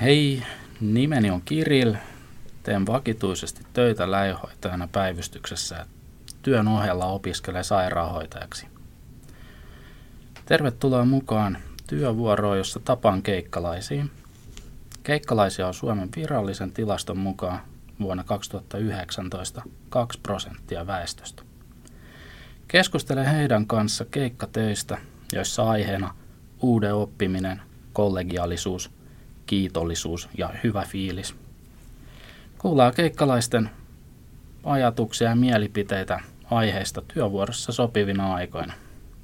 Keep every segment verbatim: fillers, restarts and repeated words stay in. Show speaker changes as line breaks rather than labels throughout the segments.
Hei, nimeni on Kirill. Teen vakituisesti töitä lähihoitajana päivystyksessä. Työn ohella opiskelen sairaanhoitajaksi. Tervetuloa mukaan työvuoroon, jossa tapaan keikkalaisiin. Keikkalaisia on Suomen virallisen tilaston mukaan vuonna kaksituhattayhdeksäntoista kaksi prosenttia väestöstä. Keskustelen heidän kanssa keikkatöistä, joissa aiheena uuden oppiminen, kollegiaalisuus, kiitollisuus ja hyvä fiilis. Kuullaan keikkalaisten ajatuksia ja mielipiteitä aiheesta työvuorossa sopivina aikoina.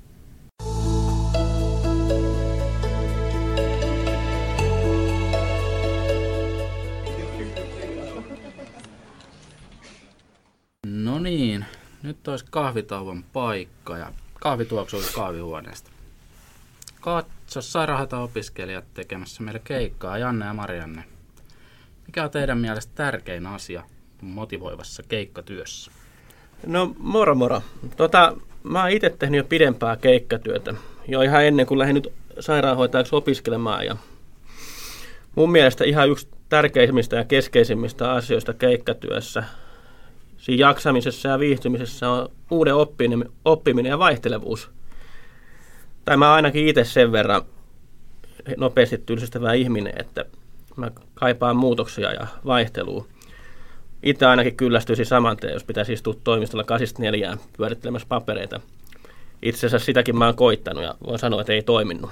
No niin, nyt olisi kahvitauon paikka ja kahvi tuoksuu kahvihuoneesta. Katso sairaanhoitaja-opiskelijat tekemässä meille keikkaa, Janne ja Marianne. Mikä on teidän mielestä tärkein asia motivoivassa keikkatyössä?
No moro moro. Tota, mä oon itse tehnyt jo pidempää keikkatyötä. Jo ihan ennen kuin lähdin nyt sairaanhoitajaksi opiskelemaan. Ja mun mielestä ihan yksi tärkeimmistä ja keskeisimmistä asioista keikkatyössä, siinä jaksamisessa ja viihtymisessä on uuden oppiminen, oppiminen ja vaihtelevuus. Tai mä ainakin itse sen verran nopeasti tylsistävä ihminen, että mä kaipaan muutoksia ja vaihtelua. Itse ainakin kyllästyisin saman tien, jos pitäisi istua toimistolla kasista neljään pyörittelemässä papereita. Itse asiassa sitäkin mä oon koittanut ja voin sanoa, että ei toiminut.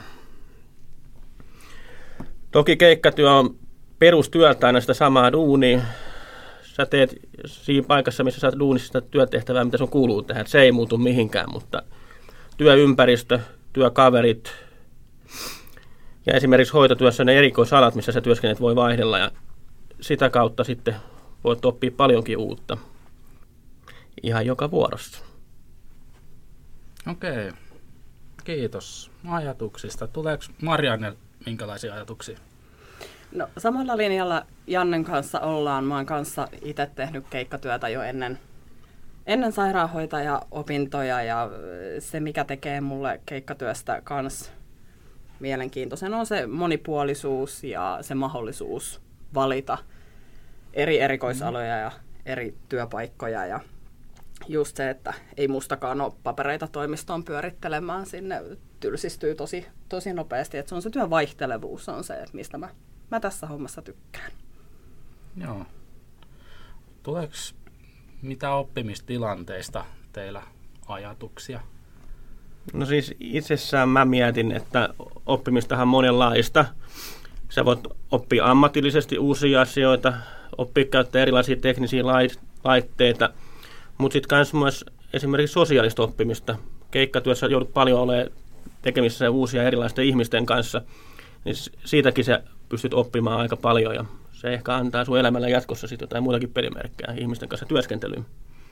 Toki keikkatyö on perustyöltä aina sitä samaa duunia. Sä teet siinä paikassa, missä sä oot duunissa sitä työtehtävää, mitä sun kuuluu tehdä. Se ei muutu mihinkään, mutta työympäristö, työkaverit ja esimerkiksi hoitotyössä ne erikoisalat, missä sä työskennet, voi vaihdella ja sitä kautta sitten voit oppia paljonkin uutta ihan joka vuorossa.
Okei, kiitos ajatuksista. Tuleeko Marianne minkälaisia ajatuksia?
No, samalla linjalla Jannen kanssa ollaan. Mä oon kanssa itse tehnyt keikkatyötä jo ennen, ennen sairaanhoitaja-opintoja ja se, mikä tekee mulle keikkatyöstä kans mielenkiintoisen, on se monipuolisuus ja se mahdollisuus valita eri erikoisaloja ja eri työpaikkoja ja just se, että ei mustakaan ole papereita toimistoon pyörittelemään sinne, tylsistyy tosi, tosi nopeasti, että se on se työn vaihtelevuus on se, että mistä mä, mä tässä hommassa tykkään.
Joo. Tuleeko mitä oppimistilanteista teillä ajatuksia?
No siis itsessään mä mietin, että oppimistahan on monenlaista. Sä voit oppia ammatillisesti uusia asioita, oppia käyttää erilaisia teknisiä laitteita, mutta sitten myös esimerkiksi sosiaalista oppimista. Keikkatyössä joudut paljon olemaan tekemisissä uusia erilaisten ihmisten kanssa, niin siitäkin sä pystyt oppimaan aika paljon ja se ehkä antaa sun elämällä jatkossa sitten jotain muutakin pelimerkkejä ihmisten kanssa työskentelyyn.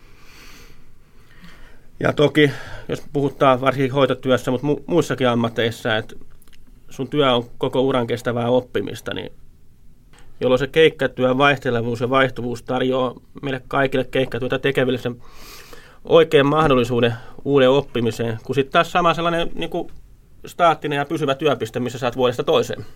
Ja toki, jos puhutaan varsinkin hoitotyössä, mutta mu- muissakin ammateissa, että sun työ on koko uran kestävää oppimista, niin jolloin se keikkatyön vaihtelevuus ja vaihtuvuus tarjoaa meille kaikille keikkatyötä tekeville sen oikean mahdollisuuden uuden oppimiseen, kun sitten taas sama sellainen niin kuin staattinen ja pysyvä työpiste, missä saat vuodesta toiseen.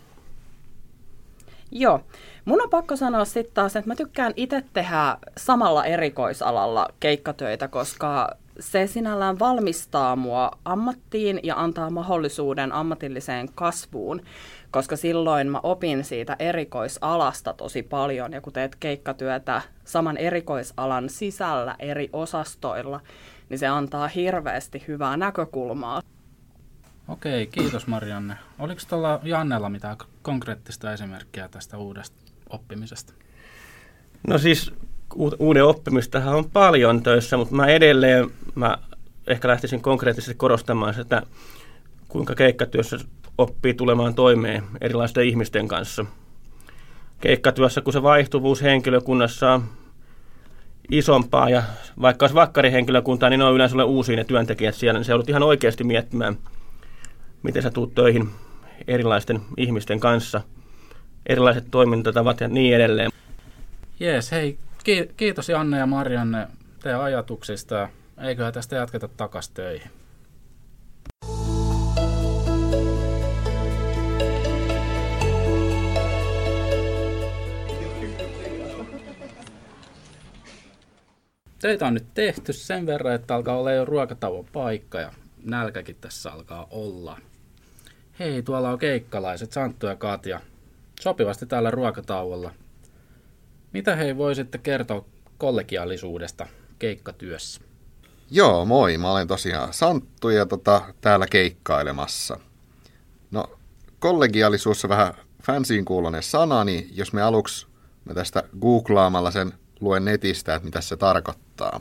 Joo. Mun on pakko sanoa sitten taas, että mä tykkään itse tehdä samalla erikoisalalla keikkatöitä, koska se sinällään valmistaa mua ammattiin ja antaa mahdollisuuden ammatilliseen kasvuun, koska silloin mä opin siitä erikoisalasta tosi paljon. Ja kun teet keikkatyötä saman erikoisalan sisällä eri osastoilla, niin se antaa hirveästi hyvää näkökulmaa.
Okei, kiitos Marianne. Oliko tuolla Jannella mitään konkreettista esimerkkiä tästä uudesta oppimisesta?
No siis uuden oppimistahan on paljon töissä, mutta mä edelleen mä ehkä lähtisin konkreettisesti korostamaan sitä, kuinka keikkatyössä oppii tulemaan toimeen erilaisten ihmisten kanssa. Keikkatyössä, kun se vaihtuvuus henkilökunnassa on isompaa ja vaikka olisi vakkarihenkilökuntaa, niin ne on yleensä uusia ne työntekijät siellä, niin se joudut ihan oikeasti miettimään, miten sä tuut töihin erilaisten ihmisten kanssa, erilaiset toimintatavat ja niin edelleen.
Jees, hei, kiitos Janne ja Marianne teidän ajatuksista. Eiköhän tästä jatketa takaisin töihin. töitä on nyt tehty sen verran, että alkaa olla jo ruokatauon paikka ja nälkäkin tässä alkaa olla. Hei, tuolla on keikkalaiset, Santtu ja Katja. Sopivasti täällä ruokatauolla. Mitä hei voisitte kertoa kollegiaalisuudesta keikkatyössä?
Joo, moi. Mä olen tosiaan Santtu ja tota, täällä keikkailemassa. No, kollegiaalisuus on vähän fansiin kuulonen sana, niin jos me aluksi me tästä googlaamalla sen luen netistä, että mitä se tarkoittaa.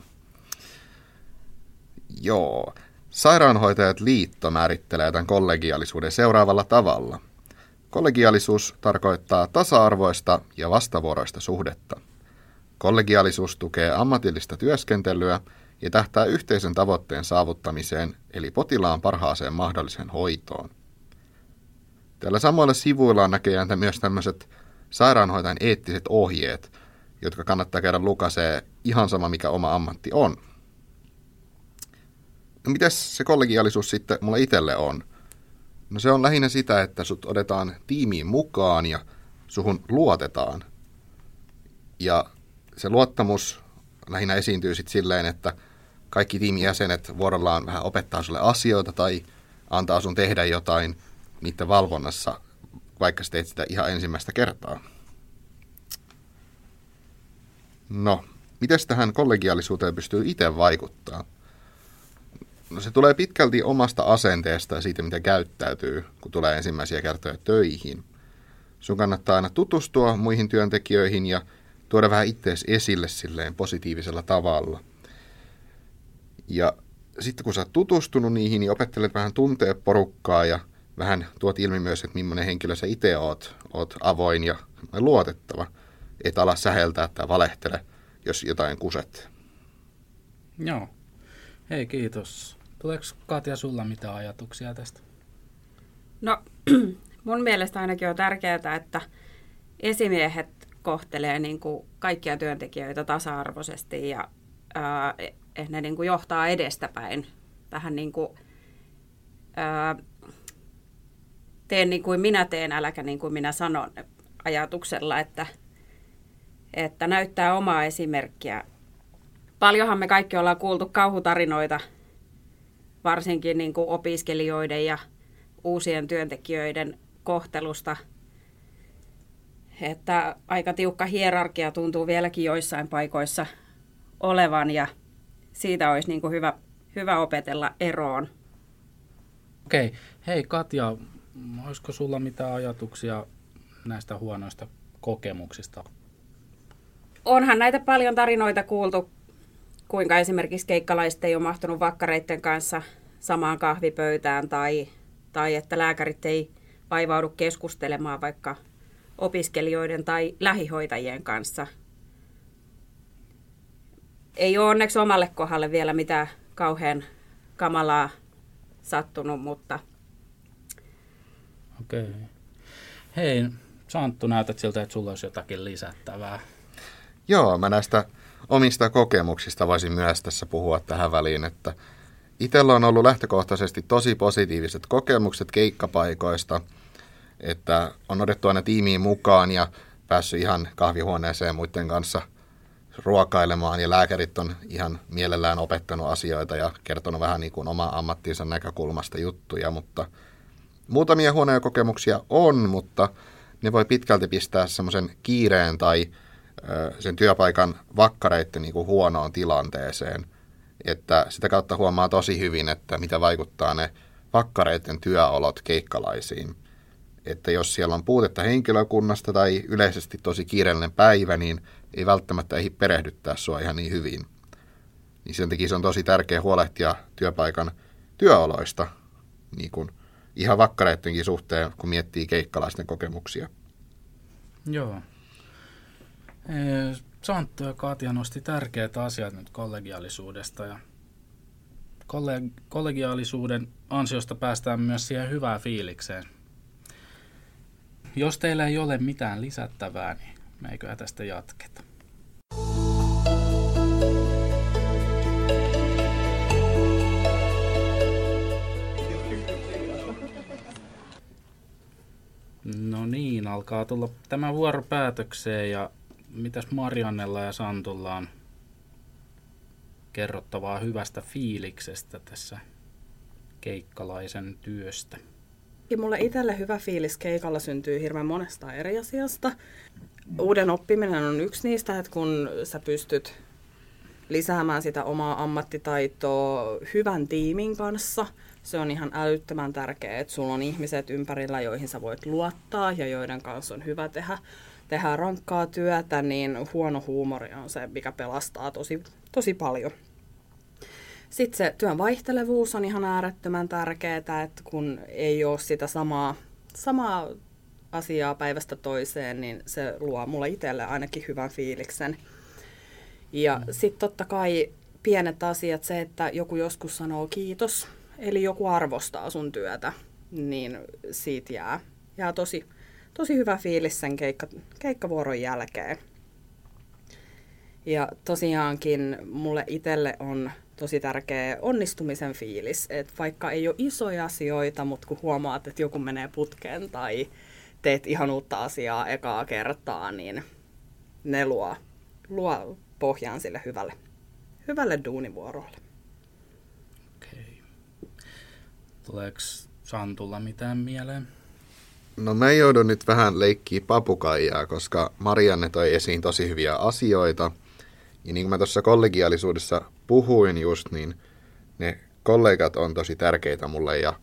Joo. Sairaanhoitajat liitto määrittelee tämän kollegiaalisuuden seuraavalla tavalla. Kollegiaalisuus tarkoittaa tasa-arvoista ja vastavuoroista suhdetta. Kollegiaalisuus tukee ammatillista työskentelyä ja tähtää yhteisen tavoitteen saavuttamiseen, eli potilaan parhaaseen mahdolliseen hoitoon. Täällä samoilla sivuilla on näköjään myös tämmöiset sairaanhoitajan eettiset ohjeet, jotka kannattaa käydä lukasee ihan sama mikä oma ammatti on. No mitäs se kollegiaalisuus sitten mulla itselle on? No se on lähinnä sitä, että sut otetaan tiimiin mukaan ja suhun luotetaan. Ja se luottamus lähinnä esiintyy sitten silleen, että kaikki tiimin jäsenet vuorollaan vähän opettaa sulle asioita tai antaa sun tehdä jotain niiden valvonnassa, vaikka sä teet sitä ihan ensimmäistä kertaa. No, miten tähän kollegiaalisuuteen pystyy itse vaikuttaa? No se tulee pitkälti omasta asenteesta ja siitä, mitä käyttäytyy, kun tulee ensimmäisiä kertoja töihin. Sun kannattaa aina tutustua muihin työntekijöihin ja tuoda vähän ittees esille silleen positiivisella tavalla. Ja sitten kun sä oot tutustunut niihin, niin opettelet vähän tuntea porukkaa ja vähän tuot ilmi myös, että millainen henkilö sä itse oot. Oot avoin ja luotettava. Et ala säheltää tai valehtele, jos jotain kuset.
Joo. Hei, kiitos. Tuleeko Katja sulla mitään ajatuksia tästä?
No, mun mielestä ainakin on tärkeää, että esimiehet kohtelee niin kuin kaikkia työntekijöitä tasa-arvoisesti ja ää, ne niin kuin johtaa edestäpäin. Vähän niin kuin ää, teen niin kuin minä teen, äläkä niin kuin minä sanon ajatuksella, että, että näyttää omaa esimerkkiä. Paljonhan me kaikki ollaan kuultu kauhutarinoita, varsinkin niin kuin opiskelijoiden ja uusien työntekijöiden kohtelusta. Että aika tiukka hierarkia tuntuu vieläkin joissain paikoissa olevan ja siitä olisi niin kuin hyvä, hyvä opetella eroon.
Okei. Hei Katja, olisiko sulla mitään ajatuksia näistä huonoista kokemuksista?
Onhan näitä paljon tarinoita kuultu, kuinka esimerkiksi keikkalaiset ei ole mahtunut vakkareiden kanssa samaan kahvipöytään tai, tai että lääkärit ei vaivaudu keskustelemaan vaikka opiskelijoiden tai lähihoitajien kanssa. Ei ole onneksi omalle kohdalle vielä mitään kauhean kamalaa sattunut, mutta...
Okei. Hei, Santtu, näytät siltä, että sulla olisi jotakin lisättävää.
Joo, mä näistä omista kokemuksista voisin myös tässä puhua tähän väliin, että itsellä on ollut lähtökohtaisesti tosi positiiviset kokemukset keikkapaikoista, että on otettu aina tiimiin mukaan ja päässyt ihan kahvihuoneeseen muiden kanssa ruokailemaan ja lääkärit on ihan mielellään opettanut asioita ja kertonut vähän niin kuin oma ammattinsa näkökulmasta juttuja, mutta muutamia huonoja kokemuksia on, mutta ne voi pitkälti pistää semmoisen kiireen tai ö, sen työpaikan vakkareitten niin kuin huonoon tilanteeseen, että sitä kautta huomaa tosi hyvin, että mitä vaikuttaa ne vakkareitten työolot keikkalaisiin. Että jos siellä on puutetta henkilökunnasta tai yleisesti tosi kiireellinen päivä, niin ei välttämättä ehdi perehdyttää sua ihan niin hyvin. Niin sen takia se on tosi tärkeä huolehtia työpaikan työoloista, niin kuin ihan vakkareittenkin suhteen, kun miettii keikkalaisten kokemuksia.
Joo. Santtu ja Katja nosti tärkeät asiat nyt kollegiaalisuudesta ja kollegiaalisuuden ansiosta päästään myös siihen hyvään fiilikseen. Jos teillä ei ole mitään lisättävää, niin me eiköhän tästä jatketa. No niin, alkaa tulla tämä vuoro päätökseen ja mitäs Mariannella ja Santulla on kerrottavaa hyvästä fiiliksestä tässä keikkalaisen työstä?
Mulle itselle hyvä fiilis keikalla syntyy hirveän monesta eri asiasta. Uuden oppiminen on yksi niistä, että kun sä pystyt lisäämään sitä omaa ammattitaitoa hyvän tiimin kanssa, se on ihan älyttömän tärkeää, että sulla on ihmiset ympärillä, joihin sä voit luottaa ja joiden kanssa on hyvä tehdä, tehdä rankkaa työtä, niin huono huumori on se, mikä pelastaa tosi, tosi paljon. Sitten se työn vaihtelevuus on ihan äärettömän tärkeää, että kun ei ole sitä samaa, samaa asiaa päivästä toiseen, niin se luo mulle itselle ainakin hyvän fiiliksen. Ja sitten totta kai pienet asiat, se, että joku joskus sanoo kiitos, eli joku arvostaa sun työtä, niin siitä jää, jää tosi, tosi hyvä fiilis sen keikka, keikkavuoron jälkeen. Ja tosiaankin mulle itselle on tosi tärkeä onnistumisen fiilis, että vaikka ei ole isoja asioita, mutta kun huomaat, että joku menee putkeen tai teet ihan uutta asiaa ekaa kertaa, niin ne luo, luo pohjaan sille hyvälle, hyvälle duunivuorolle.
Okei. Tuleeko Santulla mitään mieleen?
No mä joudun nyt vähän leikkiä papukaijaa, koska Marianne toi esiin tosi hyviä asioita. Ja niin kuin mä tuossa kollegiaalisuudessa puhuin just, niin ne kollegat on tosi tärkeitä mulle ja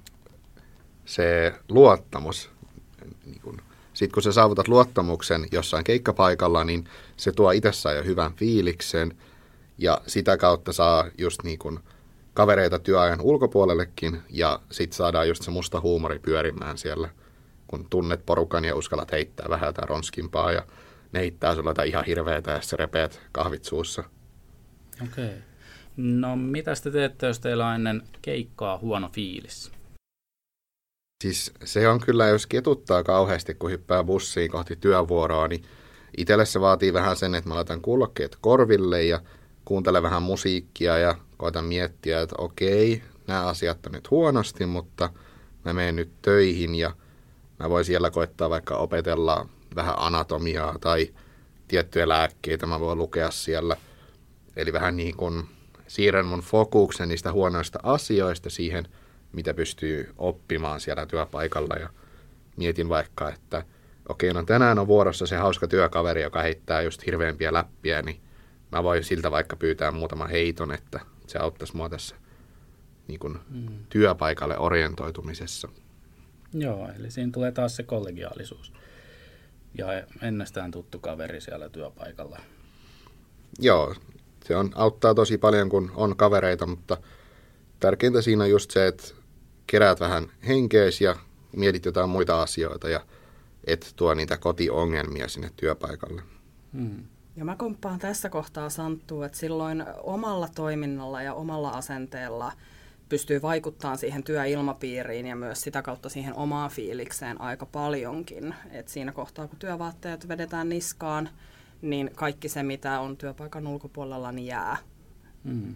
se luottamus, niin kun, sit kun sä saavutat luottamuksen jossain keikkapaikalla, niin se tuo itsessään jo hyvän fiiliksen ja sitä kautta saa just niin kun kavereita työajan ulkopuolellekin ja sit saadaan just se musta huumori pyörimään siellä, kun tunnet porukan ja uskallat heittää vähän jotain ronskimpaa ja ne heittää sulla jotain ihan hirveätä ja sä repeät kahvit suussa.
Okei. No mitä te teette, jos teillä on ennen keikkaa huono fiilis?
Siis se on kyllä, jos ketuttaa kauheasti, kun hyppää bussiin kohti työvuoroa, niin itselle se vaatii vähän sen, että mä laitan kuulokkeet korville ja kuuntelen vähän musiikkia ja koitan miettiä, että okei, nämä asiat on nyt huonosti, mutta mä menen nyt töihin ja mä voin siellä koittaa vaikka opetella vähän anatomiaa tai tiettyjä lääkkeitä mä voin lukea siellä. Eli vähän niin kuin siirrän mun fokuksen niistä huonoista asioista siihen, mitä pystyy oppimaan siellä työpaikalla. Ja mietin vaikka, että okei, no tänään on vuorossa se hauska työkaveri, joka heittää just hirveämpiä läppiä, niin mä voin siltä vaikka pyytää muutaman heiton, että se auttaisi mua tässä niin kuin mm. työpaikalle orientoitumisessa.
Joo, eli siinä tulee taas se kollegiaalisuus. Ja ennestään tuttu kaveri siellä työpaikalla.
Joo, se on, auttaa tosi paljon, kun on kavereita, mutta tärkeintä siinä on just se, että keräät vähän henkees ja mietit jotain muita asioita ja et tuo niitä kotiongelmia sinne työpaikalle.
Hmm.
Ja mä komppaan tässä kohtaa Santtua, että silloin omalla toiminnalla ja omalla asenteella pystyy vaikuttamaan siihen työilmapiiriin ja myös sitä kautta siihen omaan fiilikseen aika paljonkin. Et siinä kohtaa, kun työvaatteet vedetään niskaan, niin kaikki se, mitä on työpaikan ulkopuolella, niin jää.
Hmm.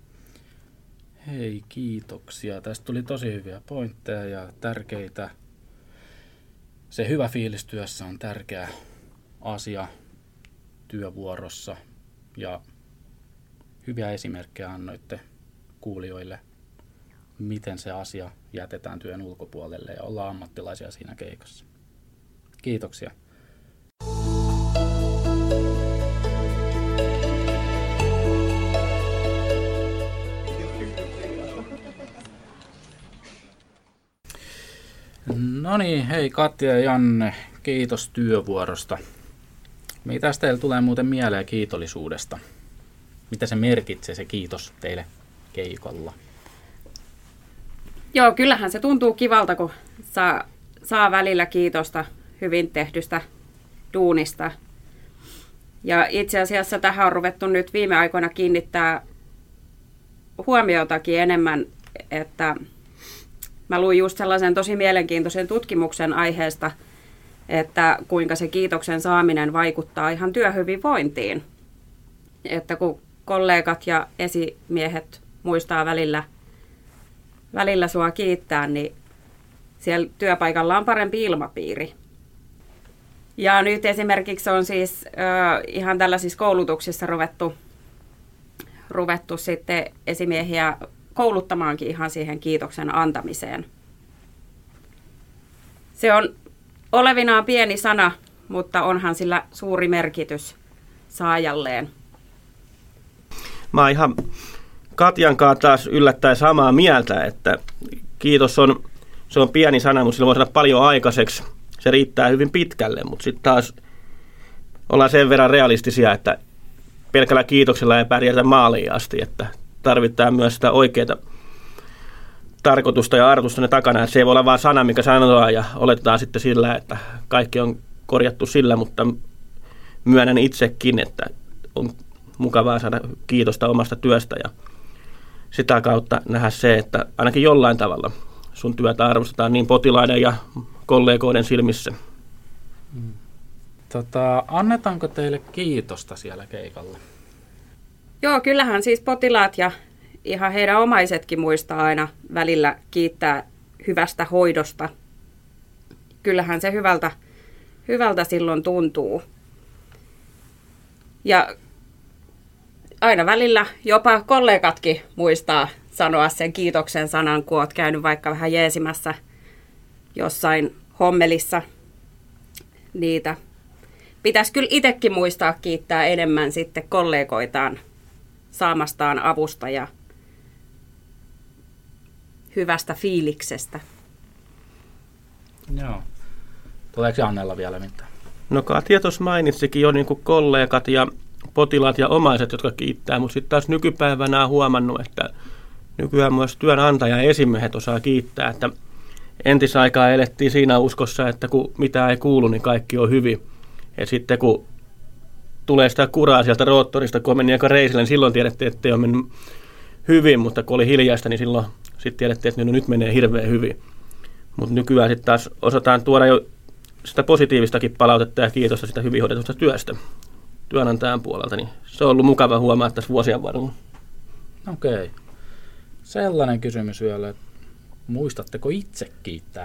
Hei, kiitoksia. Tästä tuli tosi hyviä pointteja ja tärkeitä. Se hyvä fiilis työssä on tärkeä asia työvuorossa ja hyviä esimerkkejä annoitte kuulijoille, miten se asia jätetään työn ulkopuolelle ja ollaan ammattilaisia siinä keikassa. Kiitoksia. No niin, hei Katja ja Janne, kiitos työvuorosta. Mitäs teillä tulee muuten mieleen kiitollisuudesta? Mitä se merkitsee se kiitos teille keikolla?
Joo, kyllähän se tuntuu kivalta, kun saa, saa välillä kiitosta hyvin tehdystä duunista. Ja itse asiassa tähän on ruvettu nyt viime aikoina kiinnittää huomiotakin enemmän, että mä luin just sellaisen tosi mielenkiintoisen tutkimuksen aiheesta, että kuinka se kiitoksen saaminen vaikuttaa ihan työhyvinvointiin. Että kun kollegat ja esimiehet muistaa välillä, välillä sua kiittää, niin siellä työpaikalla on parempi ilmapiiri. Ja nyt esimerkiksi on siis äh, ihan tällaisissa koulutuksissa ruvettu, ruvettu sitten esimiehiä kouluttamaankin ihan siihen kiitoksen antamiseen. Se on olevinaan pieni sana, mutta onhan sillä suuri merkitys saajalleen.
Mä oon ihan Katjan kanssa taas yllättäen samaa mieltä, että kiitos on, se on pieni sana, mutta sillä voi saada paljon aikaiseksi. Se riittää hyvin pitkälle, mutta sitten taas ollaan sen verran realistisia, että pelkällä kiitoksella ei pärjätä maaliin asti, että tarvitaan myös sitä oikeaa tarkoitusta ja arvotusta ne takana. Että se ei voi olla vain sana, mikä sanotaan ja oletetaan sitten sillä, että kaikki on korjattu sillä, mutta myönnän itsekin, että on mukavaa saada kiitosta omasta työstä ja sitä kautta nähdä se, että ainakin jollain tavalla sun työtä arvostetaan niin potilaiden ja kollegoiden silmissä.
Mm. Tota, annetaanko teille kiitosta siellä keikalla?
Joo, kyllähän siis potilaat ja ihan heidän omaisetkin muistaa aina välillä kiittää hyvästä hoidosta. Kyllähän se hyvältä, hyvältä silloin tuntuu. Ja aina välillä jopa kollegatkin muistaa sanoa sen kiitoksen sanan, kun olet käynyt vaikka vähän jeesimässä jossain hommelissa niitä. Pitäisi kyllä itsekin muistaa kiittää enemmän sitten kollegoitaan saamastaan avusta ja hyvästä fiiliksestä.
Joo. Tuleeko Jannella vielä mitään?
No Katja tuossa mainitsikin jo niin kuin kollegat ja potilaat ja omaiset, jotka kiittää, mutta sitten taas nykypäivänä on huomannut, että nykyään myös työnantaja ja esimiehet osaa kiittää, että entisaikaa elettiin siinä uskossa, että kun mitään ei kuulu, niin kaikki on hyvin. Ja sitten kun tulee sitä kuraa sieltä roottorista, kun meni aika reisille, niin silloin tiedettiin, että ei ole mennyt hyvin, mutta kun oli hiljaista, niin silloin sitten tiedettiin, että no, nyt menee hirveän hyvin. Mutta nykyään sitten taas osataan tuoda jo sitä positiivistakin palautetta ja kiitosta sitä hyvin hoidetusta työstä työnantajan puolelta, niin se on ollut mukava huomata tässä vuosien varrella.
Okei. Sellainen kysymys vielä, että muistatteko itse kiittää?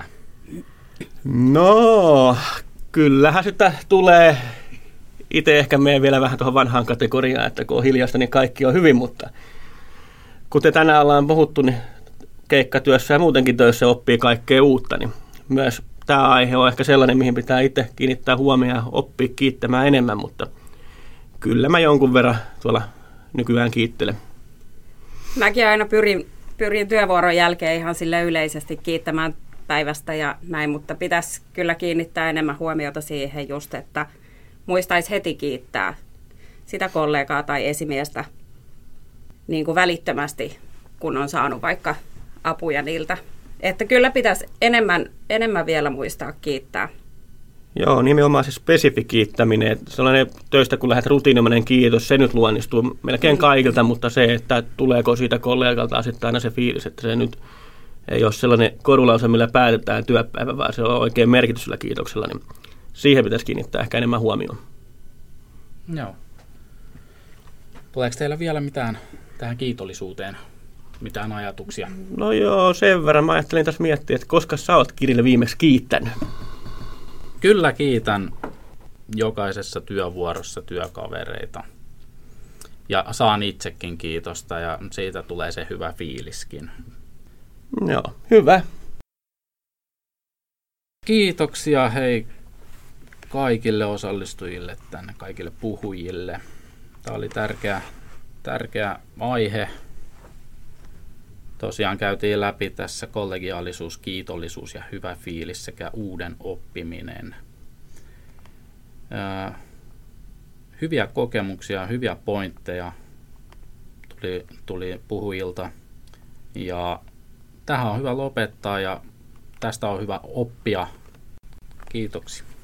No, kyllähän sitä tulee. Itse ehkä menen vielä vähän tuohon vanhaan kategoriaan, että kun on hiljaista, niin kaikki on hyvin, mutta kuten tänään ollaan puhuttu, niin keikkatyössä ja muutenkin töissä oppii kaikkea uutta, niin myös tämä aihe on ehkä sellainen, mihin pitää itse kiinnittää huomioon ja oppia kiittämään enemmän, mutta kyllä mä jonkun verran tuolla nykyään kiittelen.
Mäkin aina pyrin, pyrin työvuoron jälkeen ihan sille yleisesti kiittämään päivästä ja näin, mutta pitäisi kyllä kiinnittää enemmän huomiota siihen just, että muistaisi heti kiittää sitä kollegaa tai esimiestä niin kuin välittömästi, kun on saanut vaikka apuja niiltä. Että kyllä pitäisi enemmän, enemmän vielä muistaa kiittää.
Joo, nimenomaan se spesifi kiittäminen. Sellainen töistä, kun lähdet rutiinomainen kiitos, se nyt luonnistuu melkein kaikilta, mutta se, että tuleeko siitä kollegalta sitten aina se fiilis, että se nyt ei ole sellainen korulause, millä päätetään työpäivä, vaan se on oikein merkitys sillä kiitoksella, niin siihen pitäisi kiinnittää ehkä enemmän huomioon.
Joo. Tuleeko teillä vielä mitään tähän kiitollisuuteen? Mitään ajatuksia?
No joo, sen verran mä ajattelin tässä miettiä, että koska sä oot Kirille viimeksi kiittänyt?
Kyllä kiitän jokaisessa työvuorossa työkavereita. Ja saan itsekin kiitosta ja siitä tulee se hyvä fiiliskin.
Joo, hyvä.
Kiitoksia hei kaikille osallistujille tänne, kaikille puhujille. Tämä oli tärkeä, tärkeä aihe. Tosiaan käytiin läpi tässä kollegiaalisuus, kiitollisuus ja hyvä fiilis sekä uuden oppiminen. Ää, hyviä kokemuksia, hyviä pointteja tuli, tuli puhujilta. Ja tähän on hyvä lopettaa ja tästä on hyvä oppia. Kiitoksia.